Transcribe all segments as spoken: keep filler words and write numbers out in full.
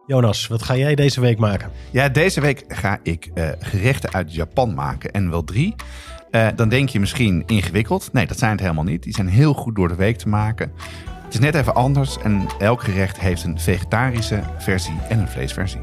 Jonas, wat ga jij deze week maken? Ja, deze week ga ik uh, gerechten uit Japan maken. En wel drie. Uh, dan denk je misschien ingewikkeld. Nee, dat zijn het helemaal niet. Die zijn heel goed door de week te maken. Het is net even anders. En elk gerecht heeft een vegetarische versie en een vleesversie.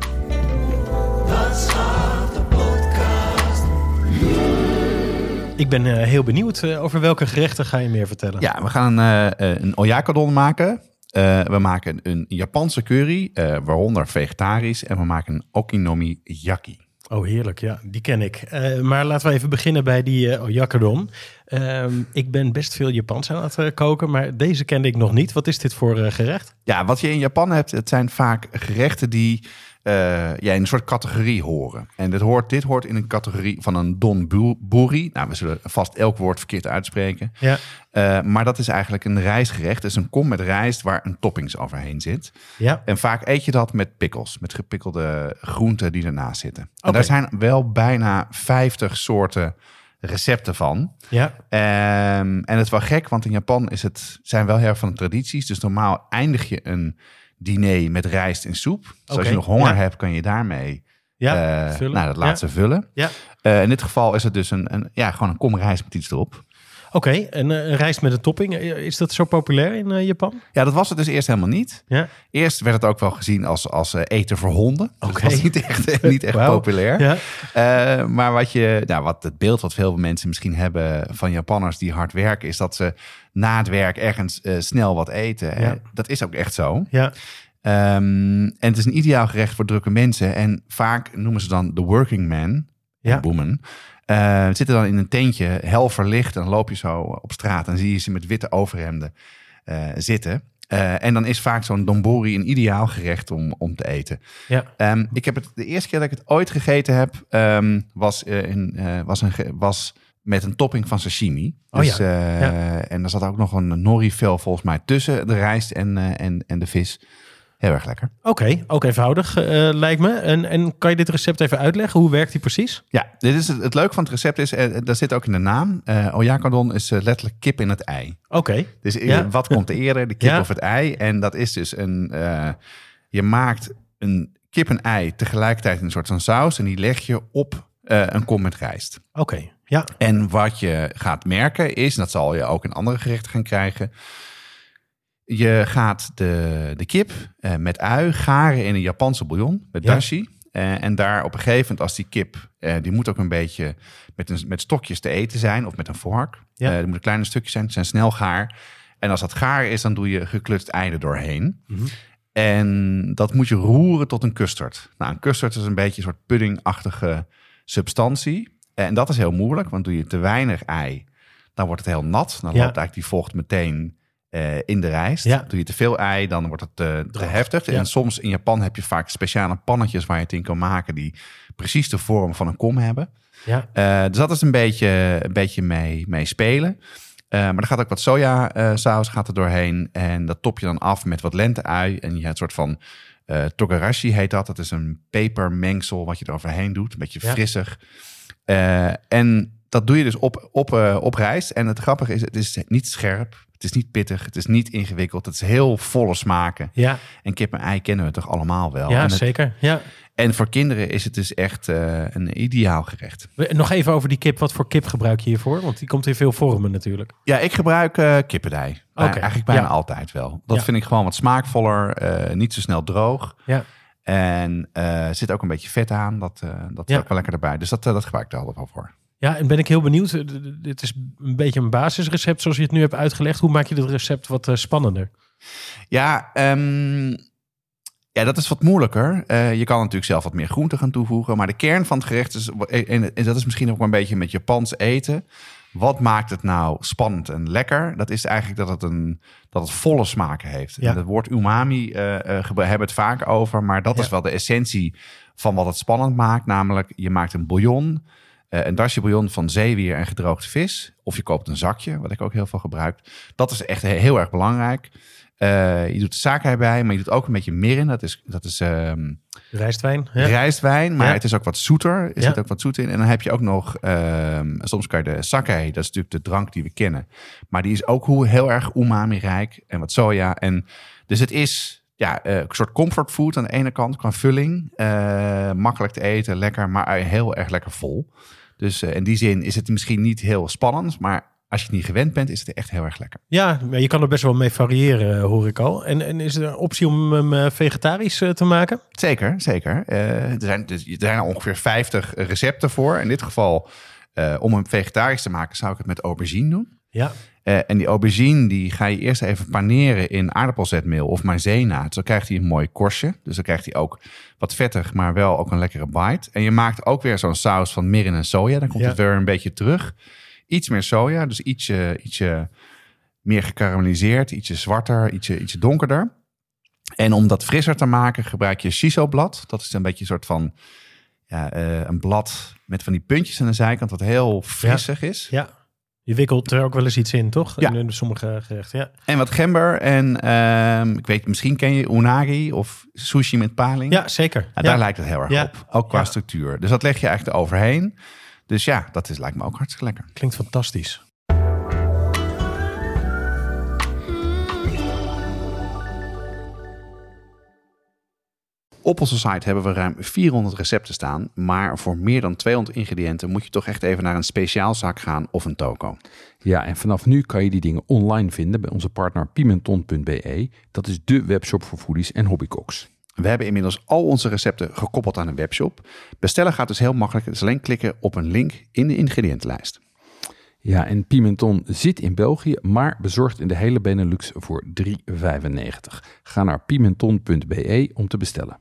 Ik ben uh, heel benieuwd. Uh, over welke gerechten ga je meer vertellen? Ja, we gaan uh, een oyakadon maken. Uh, we maken een Japanse curry, uh, waaronder vegetarisch. En we maken een okonomiyaki. Oh, heerlijk. Ja, die ken ik. Uh, maar laten we even beginnen bij die uh, oyakadon. Uh, ik ben best veel Japans aan het uh, koken, maar deze kende ik nog niet. Wat is dit voor uh, gerecht? Ja, wat je in Japan hebt, het zijn vaak gerechten die uh, ja, in een soort categorie horen. En dit hoort, dit hoort in een categorie van een donburi. Nou, we zullen vast elk woord verkeerd uitspreken. Ja. Uh, maar dat is eigenlijk een rijstgerecht. Het is een kom met rijst waar een toppings overheen zit. Ja. En vaak eet je dat met pickles, met gepikkelde groenten die ernaast zitten. En okay. daar zijn wel bijna vijftig soorten recepten van. Ja. Um, en het is wel gek, want in Japan is het, zijn wel heel erg van de tradities. Dus normaal eindig je een diner met rijst en soep. Dus okay. als je nog honger ja. hebt, kan je daarmee ja, uh, vullen. nou, dat laatste ja. vullen. Ja. Uh, in dit geval is het dus een, een, ja, gewoon een kom rijst met iets erop. Oké, okay, en uh, een rijst met een topping, is dat zo populair in uh, Japan? Ja, dat was het dus eerst helemaal niet. Ja. Eerst werd het ook wel gezien als, als uh, eten voor honden. Okay. Dus het was niet echt, niet echt wow. populair. Ja. Uh, maar wat je, nou, wat het beeld wat veel mensen misschien hebben van Japanners die hard werken, is dat ze na het werk ergens uh, snel wat eten. Ja. Uh, dat is ook echt zo. Ja. Um, en het is een ideaal gerecht voor drukke mensen. En vaak noemen ze dan de working man, ja. woman. Uh, zitten dan in een tentje, hel verlicht. En dan loop je zo op straat en zie je ze met witte overhemden uh, zitten. Uh, en dan is vaak zo'n donburi een ideaal gerecht om, om te eten. Ja. Um, ik heb het de eerste keer dat ik het ooit gegeten heb, um, was, uh, in, uh, was, een, was met een topping van sashimi. Oh, dus, ja. Uh, ja. En er zat ook nog een nori-vel volgens mij tussen de rijst en, uh, en, en de vis. Heel erg lekker. Oké, okay, ook eenvoudig uh, lijkt me. En, en kan je dit recept even uitleggen? Hoe werkt die precies? Ja, dit is het, het leuke van het recept is, uh, dat zit ook in de naam. Uh, oyakadon is uh, letterlijk kip in het ei. Oké. Okay. Dus uh, ja. wat komt er eerder, de kip ja. of het ei? En dat is dus een, uh, je maakt een kip en ei tegelijkertijd in een soort van saus. En die leg je op uh, een kom met rijst. Oké, okay. ja. En wat je gaat merken is, en dat zal je ook in andere gerechten gaan krijgen, je gaat de, de kip uh, met ui garen in een Japanse bouillon met dashi. Ja. Uh, en daar op een gegeven moment, als die kip, uh, die moet ook een beetje met, een, met stokjes te eten zijn of met een vork. Ja. Uh, er moeten kleine stukjes zijn, het zijn snel gaar. En als dat gaar is, dan doe je geklutst ei er doorheen. Mm-hmm. En dat moet je roeren tot een custard. Nou, een custard is een beetje een soort puddingachtige substantie. En dat is heel moeilijk, want doe je te weinig ei, dan wordt het heel nat. Dan ja. loopt eigenlijk die vocht meteen Uh, in de rijst. Ja. Doe je te veel ei, dan wordt het uh, te heftig. Ja. En soms in Japan heb je vaak speciale pannetjes waar je het in kan maken die precies de vorm van een kom hebben. Ja. Uh, dus dat is een beetje, een beetje mee, mee spelen. Uh, maar er gaat ook wat sojasaus gaat er doorheen. En dat top je dan af met wat lente-ui. En je hebt een soort van uh, togarashi heet dat. Dat is een pepermengsel wat je er overheen doet. Een beetje ja. frissig. Uh, en dat doe je dus op, op, uh, op rijst. En het grappige is, het is niet scherp. Het is niet pittig, het is niet ingewikkeld. Het is heel volle smaken. Ja. En kip en ei kennen we toch allemaal wel. Ja, en het, zeker. Ja. En voor kinderen is het dus echt uh, een ideaal gerecht. Nog even over die kip. Wat voor kip gebruik je hiervoor? Want die komt in veel vormen natuurlijk. Ja, ik gebruik uh, kippendij. Okay. Eigenlijk bijna ja. altijd wel. Dat ja. vind ik gewoon wat smaakvoller. Uh, niet zo snel droog. Ja. En er uh, zit ook een beetje vet aan. Dat, uh, dat is ja. ook wel lekker erbij. Dus dat, uh, dat gebruik ik er altijd wel voor. Ja, en ben ik heel benieuwd. Dit is een beetje een basisrecept zoals je het nu hebt uitgelegd. Hoe maak je dit recept wat uh, spannender? Ja, um, ja, dat is wat moeilijker. Uh, je kan natuurlijk zelf wat meer groenten gaan toevoegen. Maar de kern van het gerecht is, en dat is misschien ook wel een beetje met Japans eten. Wat maakt het nou spannend en lekker? Dat is eigenlijk dat het een dat het volle smaken heeft. Ja. En het woord umami uh, uh, hebben het vaak over. Maar dat ja. is wel de essentie van wat het spannend maakt. Namelijk, je maakt een bouillon. Uh, een dashi bouillon van zeewier en gedroogde vis. Of je koopt een zakje, wat ik ook heel veel gebruik. Dat is echt heel erg belangrijk. Uh, je doet de sake bij, maar je doet ook een beetje mirin. Dat is, dat is um, rijstwijn. Ja. Rijstwijn, maar ja. het is ook wat zoeter. Er ja. zit ook wat zoet in. En dan heb je ook nog, um, soms kan je de sake, dat is natuurlijk de drank die we kennen. Maar die is ook heel erg umami-rijk en wat soja. En dus het is ja, uh, een soort comfortfood aan de ene kant qua vulling. Uh, makkelijk te eten, lekker, maar heel erg lekker vol. Dus uh, in die zin is het misschien niet heel spannend, maar als je het niet gewend bent, is het echt heel erg lekker. Ja, je kan er best wel mee variëren, hoor ik al. En, en is er een optie om hem vegetarisch te maken? Zeker, zeker. Uh, er, zijn, er zijn ongeveer vijftig recepten voor. In dit geval, uh, om hem vegetarisch te maken, zou ik het met aubergine doen. Ja. Uh, en die aubergine die ga je eerst even paneren in aardappelzetmeel of maïzena. Zo krijgt hij een mooi korstje. Dus dan krijgt hij ook wat vettig, maar wel ook een lekkere bite. En je maakt ook weer zo'n saus van mirin en soja. Dan komt ja. het weer een beetje terug. Iets meer soja, dus ietsje, ietsje meer gekarameliseerd, ietsje zwarter, ietsje, ietsje donkerder. En om dat frisser te maken gebruik je shiso-blad. Dat is een beetje een soort van ja, uh, een blad met van die puntjes aan de zijkant, wat heel frissig ja. is. Ja, je wikkelt er ook wel eens iets in, toch? Ja. In sommige gerechten, ja. En wat gember en uh, ik weet, misschien ken je unagi of sushi met paling. Ja, zeker. Nou, ja. Daar lijkt het heel erg ja. op, ook qua ja. structuur. Dus dat leg je eigenlijk eroverheen. Dus ja, dat is, lijkt me ook hartstikke lekker. Klinkt fantastisch. Op onze site hebben we ruim vierhonderd recepten staan. Maar voor meer dan tweehonderd ingrediënten moet je toch echt even naar een speciaalzaak gaan of een toko. Ja, en vanaf nu kan je die dingen online vinden bij onze partner Pimenton punt b e. Dat is dé webshop voor foodies en hobbycooks. We hebben inmiddels al onze recepten gekoppeld aan een webshop. Bestellen gaat dus heel makkelijk. Het is alleen klikken op een link in de ingrediëntenlijst. Ja, en Pimenton zit in België, maar bezorgt in de hele Benelux voor drie vijfennegentig. Ga naar Pimenton punt b e om te bestellen.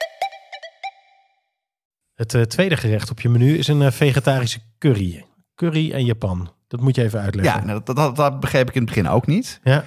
Het uh, tweede gerecht op je menu is een uh, vegetarische curry. Curry en Japan. Dat moet je even uitleggen. Ja, nou, dat, dat, dat begreep ik in het begin ook niet. Ja.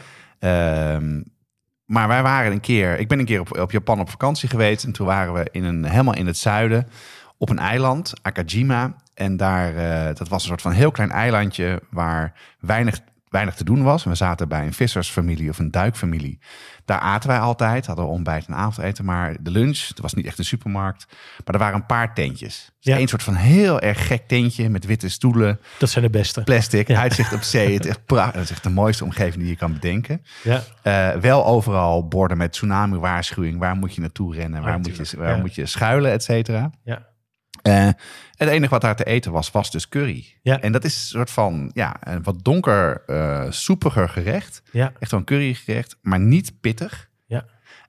Um, maar wij waren een keer... Ik ben een keer op, op Japan op vakantie geweest. En toen waren we in een, helemaal in het zuiden op een eiland, Akajima. En daar, uh, dat was een soort van heel klein eilandje waar weinig, weinig te doen was. We zaten bij een vissersfamilie of een duikfamilie. Daar aten wij altijd, hadden we ontbijt en avondeten. Maar de lunch, het was niet echt een supermarkt. Maar er waren een paar tentjes. Dus ja. Een soort van heel erg gek tentje met witte stoelen. Dat zijn de beste. Plastic, ja. uitzicht op zee. Het is echt prachtig. Dat is echt de mooiste omgeving die je kan bedenken. Ja. Uh, wel overal borden met tsunami-waarschuwing. Waar moet je naartoe rennen? Waar, oh, moet, je, waar ja. moet je schuilen, et cetera. Ja. Uh, het enige wat daar te eten was, was dus curry. Ja. En dat is een soort van ja, een wat donker, uh, soepiger gerecht. Ja. Echt wel een currygerecht, maar niet pittig. Ja.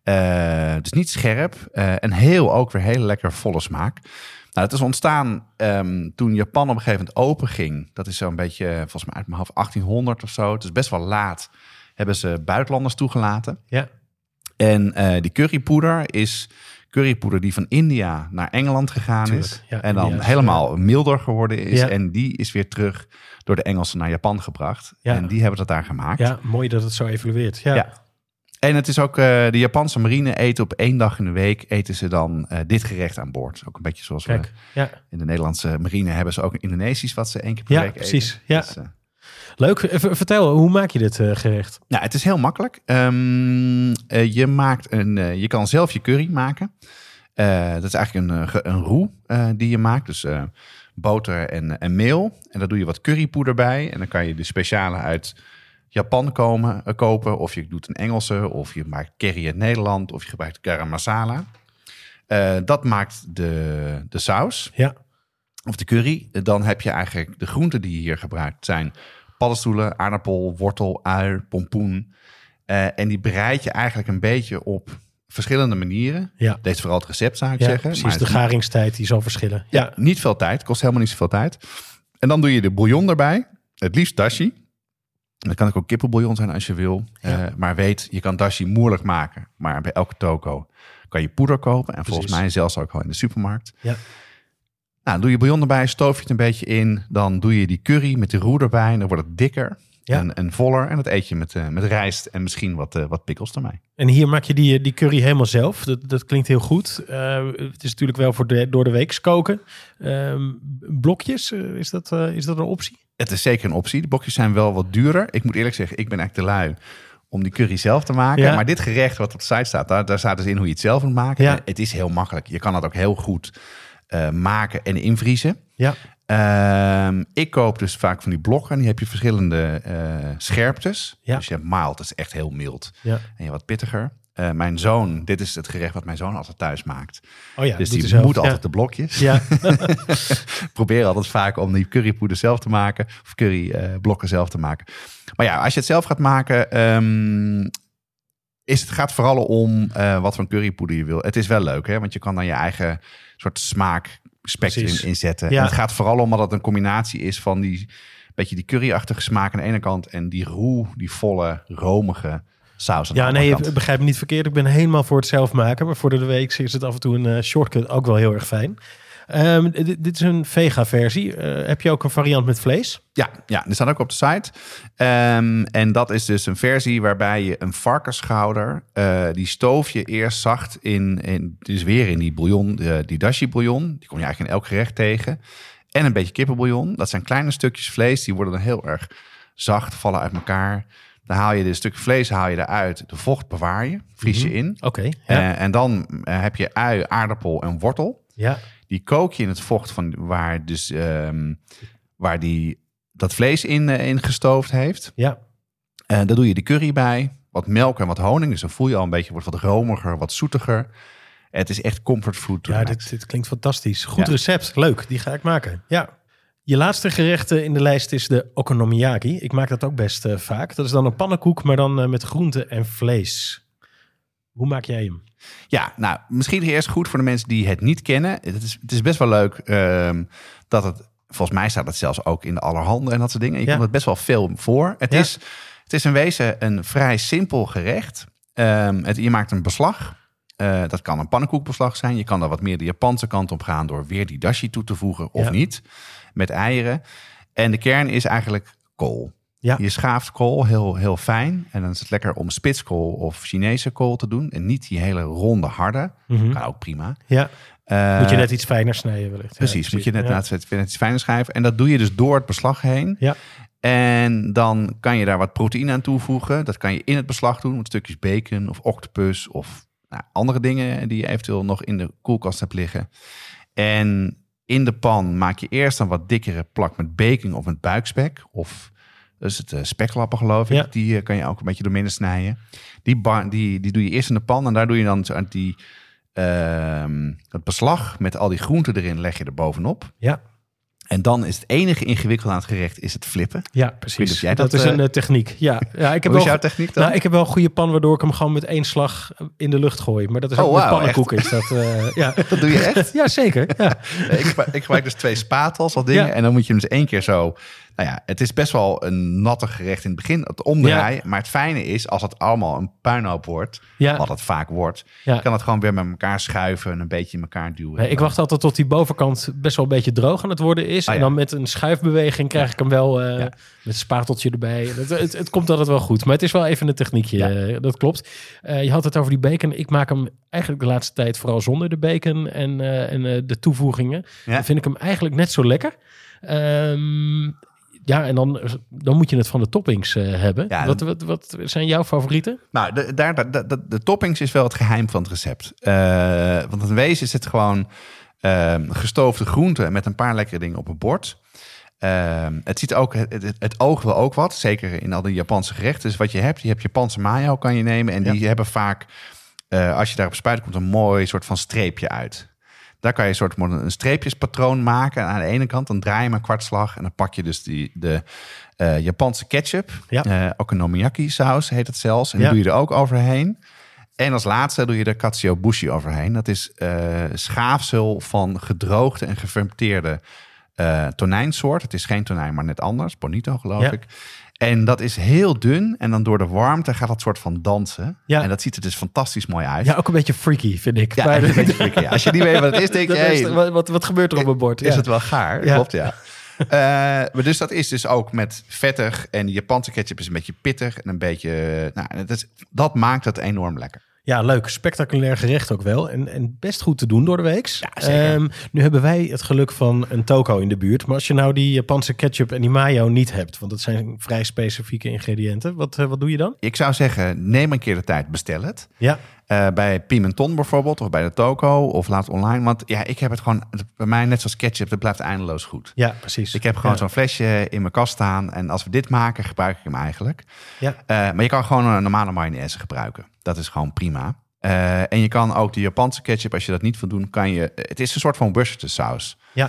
Uh, dus niet scherp. Uh, en heel ook weer hele lekker volle smaak. Nou, het is ontstaan um, toen Japan op een gegeven moment open ging. Dat is zo'n beetje, volgens mij uit mijn hoofd, achttienhonderd of zo. Het is best wel laat. Hebben ze buitenlanders toegelaten. Ja. En uh, die currypoeder is currypoeder die van India naar Engeland gegaan Tuurlijk, is. Ja, en dan India, helemaal ja. milder geworden is. Ja. En die is weer terug door de Engelsen naar Japan gebracht. Ja. En die hebben dat daar gemaakt. Ja, mooi dat het zo evolueert. Ja. ja. En het is ook, uh, de Japanse marine eten op één dag in de week eten ze dan uh, dit gerecht aan boord. Ook een beetje zoals Kijk, we ja. in de Nederlandse marine hebben ze ook Indonesisch wat ze één keer per ja, week precies. eten. Ja, precies. Dus, uh, leuk. Vertel, hoe maak je dit uh, gerecht? Nou, het is heel makkelijk. Um, uh, je, maakt een, uh, je kan zelf je curry maken. Uh, dat is eigenlijk een, een roux uh, die je maakt. Dus uh, boter en, en meel. En daar doe je wat currypoeder bij. En dan kan je de speciale uit Japan komen, uh, kopen. Of je doet een Engelse. Of je maakt curry uit Nederland. Of je gebruikt garam masala. Uh, dat maakt de, de saus. Ja. Of de curry. Dan heb je eigenlijk de groenten die je hier gebruikt. Zijn paddenstoelen, aardappel, wortel, ui, pompoen. Uh, en die bereid je eigenlijk een beetje op verschillende manieren. Ja. Deze vooral het recept, zou ik ja, zeggen. Precies, maar de garingstijd die zal verschillen. Ja, ja, niet veel tijd. Kost helemaal niet zoveel tijd. En dan doe je de bouillon erbij. Het liefst dashi. Dat kan ook kippenbouillon zijn als je wil. Ja. Uh, maar weet, je kan dashi moeilijk maken. Maar bij elke toko kan je poeder kopen. En Precies. volgens mij zelfs ook al in de supermarkt. Ja. Nou, doe je bouillon erbij, stoof je het een beetje in. Dan doe je die curry met de roux erbij. En dan wordt het dikker. Ja. En, en voller. En dat eet je met, uh, met rijst en misschien wat, uh, wat pickles erbij. En hier maak je die, die curry helemaal zelf. Dat, dat klinkt heel goed. Uh, het is natuurlijk wel voor de, door de weeks koken. Uh, blokjes, uh, is, dat, uh, is dat een optie? Het is zeker een optie. De blokjes zijn wel wat duurder. Ik moet eerlijk zeggen, ik ben eigenlijk te lui om die curry zelf te maken. Ja. Maar dit gerecht wat op de site staat, daar, daar staat dus in hoe je het zelf moet maken. Ja. Het is heel makkelijk. Je kan het ook heel goed uh, maken en invriezen. Ja. Uh, ik koop dus vaak van die blokken. En die heb je verschillende uh, scherptes. Ja. Dus je hebt mild, dat is echt heel mild. Ja. En je wat pittiger. Uh, mijn zoon, dit is het gerecht wat mijn zoon altijd thuis maakt. Oh ja, dus die zelf, moet ja. altijd de blokjes. Ja. Probeer altijd vaak om die currypoeder zelf te maken. Of curryblokken uh, zelf te maken. Maar ja, als je het zelf gaat maken... Um, is het gaat vooral om uh, wat voor currypoeder je wil. Het is wel leuk, hè? Want je kan dan je eigen soort smaakspectrum in, inzetten. Ja. En het gaat vooral om dat het een combinatie is van die... beetje die curryachtige smaak aan de ene kant... en die roe, die volle, romige... saus aan de ja, andere nee, kant. begrijp me niet verkeerd. Ik ben helemaal voor het zelf maken. Maar voor de week is het af en toe een uh, shortcut ook wel heel erg fijn. Um, dit, dit is een vega-versie. Uh, heb je ook een variant met vlees? Ja, ja, die staat ook op de site. Um, en dat is dus een versie waarbij je een varkensschouder... Uh, die stoof je eerst zacht in... in dus weer in die bouillon, uh, die dashi-bouillon. Die kom je eigenlijk in elk gerecht tegen. En een beetje kippenbouillon. Dat zijn kleine stukjes vlees. Die worden dan heel erg zacht, vallen uit elkaar... Dan haal je de stuk vlees haal je eruit. De vocht bewaar je, vries je in. Oké. Okay, ja. uh, en dan uh, heb je ui, aardappel en wortel. Ja. Die kook je in het vocht van waar, dus, um, waar die dat vlees in, uh, in gestoofd heeft. Ja. Uh, daar doe je de curry bij. Wat melk en wat honing. Dus dan voel je al een beetje, wordt wat romiger, wat zoetiger. Het is echt comfortfood. Ja, dit, dit klinkt fantastisch. Goed ja. recept. Leuk, die ga ik maken. Ja. Je laatste gerecht in de lijst is de okonomiyaki. Ik maak dat ook best uh, vaak. Dat is dan een pannenkoek, maar dan uh, met groente en vlees. Hoe maak jij hem? Ja, nou, misschien eerst goed voor de mensen die het niet kennen. Het is, het is best wel leuk um, dat het... Volgens mij staat het zelfs ook in de allerhande en dat soort dingen. Je ja. komt het best wel veel voor. Het, ja. is, het is in wezen een vrij simpel gerecht. Um, het, je maakt een beslag. Uh, dat kan een pannenkoekbeslag zijn. Je kan er wat meer de Japanse kant op gaan... door weer die dashi toe te voegen of ja. niet. Met eieren. En de kern is eigenlijk kool. Ja. Je schaaft kool heel, heel fijn. En dan is het lekker om spitskool of Chinese kool te doen. En niet die hele ronde harde. Mm-hmm. Kan ook prima. Ja. Uh, moet je net iets fijner snijden wellicht. Precies, ja, precies. moet je net, ja. net, net iets fijner schrijven. En dat doe je dus door het beslag heen. Ja. En dan kan je daar wat proteïne aan toevoegen. Dat kan je in het beslag doen. Met stukjes bacon of octopus of nou, andere dingen... die je eventueel nog in de koelkast hebt liggen. En... in de pan maak je eerst een wat dikkere plak met bacon of met buikspek. Of dus het uh, speklappen geloof ik. Ja. Die uh, kan je ook een beetje door midden snijden. Die, bar, die, die doe je eerst in de pan. En daar doe je dan die, uh, het beslag met al die groenten erin leg je er bovenop. Ja. En dan is het enige ingewikkeld aan het gerecht is het flippen. Ja, precies. Jij dat, dat is uh, een uh, techniek. Ja, ja, ik heb Hoe wel, is jouw techniek dan? Nou, ik heb wel een goede pan waardoor ik hem gewoon met één slag in de lucht gooi. Maar dat is ook oh, met wow, pannenkoeken. Is dat, uh, ja. dat doe je echt? Ja, zeker. Ja. ik, gebruik, ik gebruik dus twee spatels als dingen. Ja. En dan moet je hem dus één keer zo... Nou ja, het is best wel een natte gerecht in het begin, het omdraaien. Ja. Maar het fijne is, als het allemaal een puinhoop wordt, ja. wat het vaak wordt, ja. kan het gewoon weer met elkaar schuiven en een beetje in elkaar duwen. Nee, ik wacht altijd tot die bovenkant best wel een beetje droog aan het worden is. Ah, ja. En dan met een schuifbeweging krijg ja. ik hem wel uh, ja. met een spateltje erbij. Het, het, het komt altijd wel goed, maar het is wel even een techniekje, ja. uh, dat klopt. Uh, je had het over die bacon. Ik maak hem eigenlijk de laatste tijd vooral zonder de bacon en, uh, en uh, de toevoegingen. Ja. Dan vind ik hem eigenlijk net zo lekker. Um, Ja, en dan, dan moet je het van de toppings uh, hebben. Ja, wat, wat, wat zijn jouw favorieten? Nou, de, daar, de, de, de toppings is wel het geheim van het recept. Uh, want in wezen is het gewoon uh, gestoofde groenten met een paar lekkere dingen op een bord. Uh, het ziet ook, het, het, het oog wil ook wat, zeker in al die Japanse gerechten. Dus wat je hebt, je hebt Japanse mayo kan je nemen. En die ja. hebben vaak, uh, als je daarop spuit, komt een mooi soort van streepje uit. Daar kan je een soort een streepjespatroon maken aan de ene kant. Dan draai je hem een kwartslag en dan pak je dus die, de uh, Japanse ketchup. Ja. Uh, okonomiyaki saus heet het zelfs. En ja. die doe je er ook overheen. En als laatste doe je er katsuobushi overheen. Dat is uh, schaafsel van gedroogde en gefermenteerde uh, tonijnsoort. Het is geen tonijn, maar net anders. Bonito geloof ja. ik. En dat is heel dun. En dan door de warmte gaat dat soort van dansen. Ja. En dat ziet er dus fantastimaar mooi uit. Ja, ook een beetje freaky, vind ik. Ja, een beetje freaky. Ja. Als je niet weet wat het is, denk je... Hey, wat, wat, wat gebeurt er op mijn bord? Is ja. het wel gaar? Ja. Klopt, ja. uh, maar dus dat is dus ook met vettig. En de Japanse ketchup is een beetje pittig. En een beetje... Nou, dat, is, dat maakt het enorm lekker. Ja, leuk. Spectaculair gerecht ook wel. En, en best goed te doen door de weeks. Ja, zeker. Um, nu hebben wij het geluk van een toko in de buurt. Maar als je nou die Japanse ketchup en die mayo niet hebt... want dat zijn vrij specifieke ingrediënten. Wat, uh, wat doe je dan? Ik zou zeggen, neem een keer de tijd, bestel het. Ja. Uh, bij Pimenton bijvoorbeeld, of bij de toko, of laat online. Want ja, ik heb het gewoon, bij mij net zoals ketchup, dat blijft eindeloos goed. Ja, precies. Ik heb gewoon ja. zo'n flesje in mijn kast staan. En als we dit maken, gebruik ik hem eigenlijk. Ja. Uh, maar je kan gewoon een normale mayonaise gebruiken. Dat is gewoon prima. Uh, en je kan ook de Japanse ketchup, als je dat niet wil doen, kan je... Het is een soort van Worcestershire. Ja.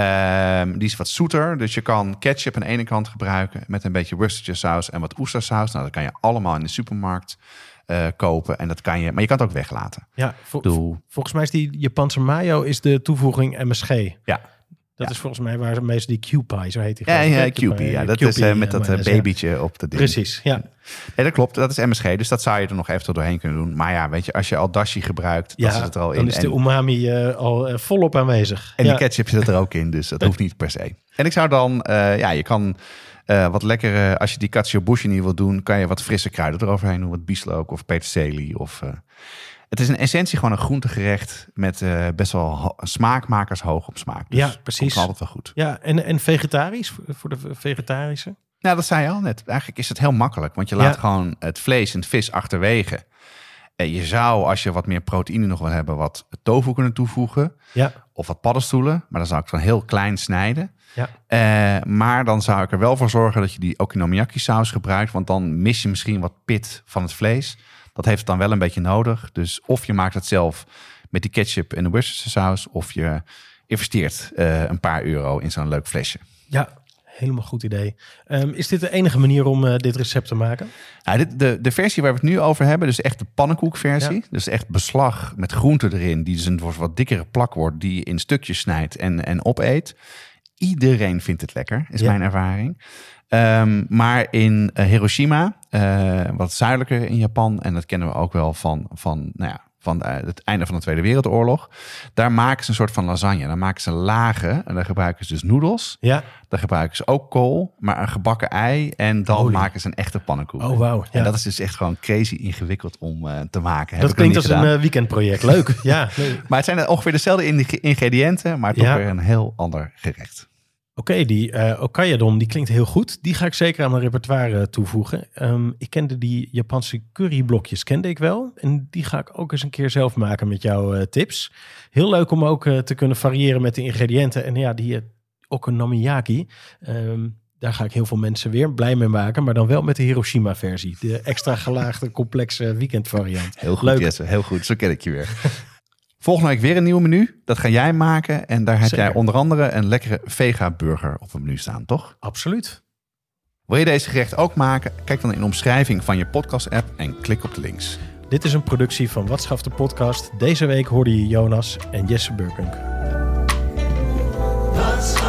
Uh, die is wat zoeter, dus je kan ketchup aan de ene kant gebruiken met een beetje Worcestershire en wat oestersaus. Nou, dat kan je allemaal in de supermarkt uh, kopen en dat kan je, maar je kan het ook weglaten. Ja, vo- Doe. volgens mij is die Japanse mayo is de toevoeging M S G. Ja. Dat ja. is volgens mij waar ze meestal die Kewpie, zo heet die. Ja, ja, Kewpie, ja, dat Kewpie, is uh, met dat uh, babytje ja. op de ding. Precies, ja. Nee, dat klopt, dat is M S G, dus dat zou je er nog even doorheen kunnen doen. Maar ja, weet je, als je al dashi gebruikt, ja, dan zit het er al dan in. Dan is de umami uh, al uh, volop aanwezig. En ja. die ketchup zit er ook in, dus dat hoeft niet per se. En ik zou dan, uh, ja, je kan uh, wat lekker, uh, als je die katsuobushi niet wil doen, kan je wat frisse kruiden eroverheen doen, wat bieslook of peterselie of... Uh, Het is in essentie gewoon een groentegerecht met uh, best wel ho- smaakmakers hoog op smaak. Dus ja, precies. Komt altijd wel goed. Ja, en, en vegetarisch, voor de vegetarische? Ja, dat zei je al net. Eigenlijk is het heel makkelijk, want je laat ja. gewoon het vlees en het vis achterwege. En je zou, als je wat meer proteïne nog wil hebben, wat tofu kunnen toevoegen. Ja. Of wat paddenstoelen, maar dan zou ik het dan heel klein snijden. Ja. Uh, maar dan zou ik er wel voor zorgen dat je die okonomiyaki saus gebruikt, want dan mis je misschien wat pit van het vlees. Dat heeft het dan wel een beetje nodig. Dus of je maakt het zelf met die ketchup en de Worcestershire saus, of je investeert uh, een paar euro in zo'n leuk flesje. Ja, helemaal goed idee. Um, is dit de enige manier om uh, dit recept te maken? Nou, dit, de, de versie waar we het nu over hebben, dus echt de pannenkoekversie. Ja. Dus echt beslag met groenten erin, die dus een wat dikkere plak wordt, die je in stukjes snijdt en, en opeet. Iedereen vindt het lekker, is ja. mijn ervaring. Um, maar in uh, Hiroshima, uh, wat zuidelijker in Japan, en dat kennen we ook wel van, van, nou ja, van uh, het einde van de Tweede Wereldoorlog, daar maken ze een soort van lasagne. Daar maken ze lagen en daar gebruiken ze dus noedels. Ja. Daar gebruiken ze ook kool, maar een gebakken ei en dan Olie. maken ze een echte pannenkoek. Oh, wauw. Ja. En dat is dus echt gewoon crazy ingewikkeld om uh, te maken. Heb dat ik klinkt als gedaan. een uh, weekendproject. Leuk. Ja. Nee. Maar het zijn ongeveer dezelfde ingrediënten, maar toch ja. weer een heel ander gerecht. Oké, okay, die uh, Okayadon, die klinkt heel goed. Die ga ik zeker aan mijn repertoire toevoegen. Um, ik kende die Japanse curryblokjes, kende ik wel. En die ga ik ook eens een keer zelf maken met jouw uh, tips. Heel leuk om ook uh, te kunnen variëren met de ingrediënten. En ja, die uh, okonomiyaki, um, daar ga ik heel veel mensen weer blij mee maken. Maar dan wel met de Hiroshima-versie. De extra gelaagde, complexe weekendvariant. Heel goed, leuk. Jesse, heel goed. Zo ken ik je weer. Volgende week weer een nieuw menu. Dat ga jij maken. En daar heb Zeker. jij onder andere een lekkere vega-burger op het menu staan, toch? Absoluut. Wil je deze gerecht ook maken? Kijk dan in de omschrijving van je podcast-app en klik op de links. Dit is een productie van Wat Schaft de Podcast. Deze week hoorde je Jonas en Jesse Burkunk.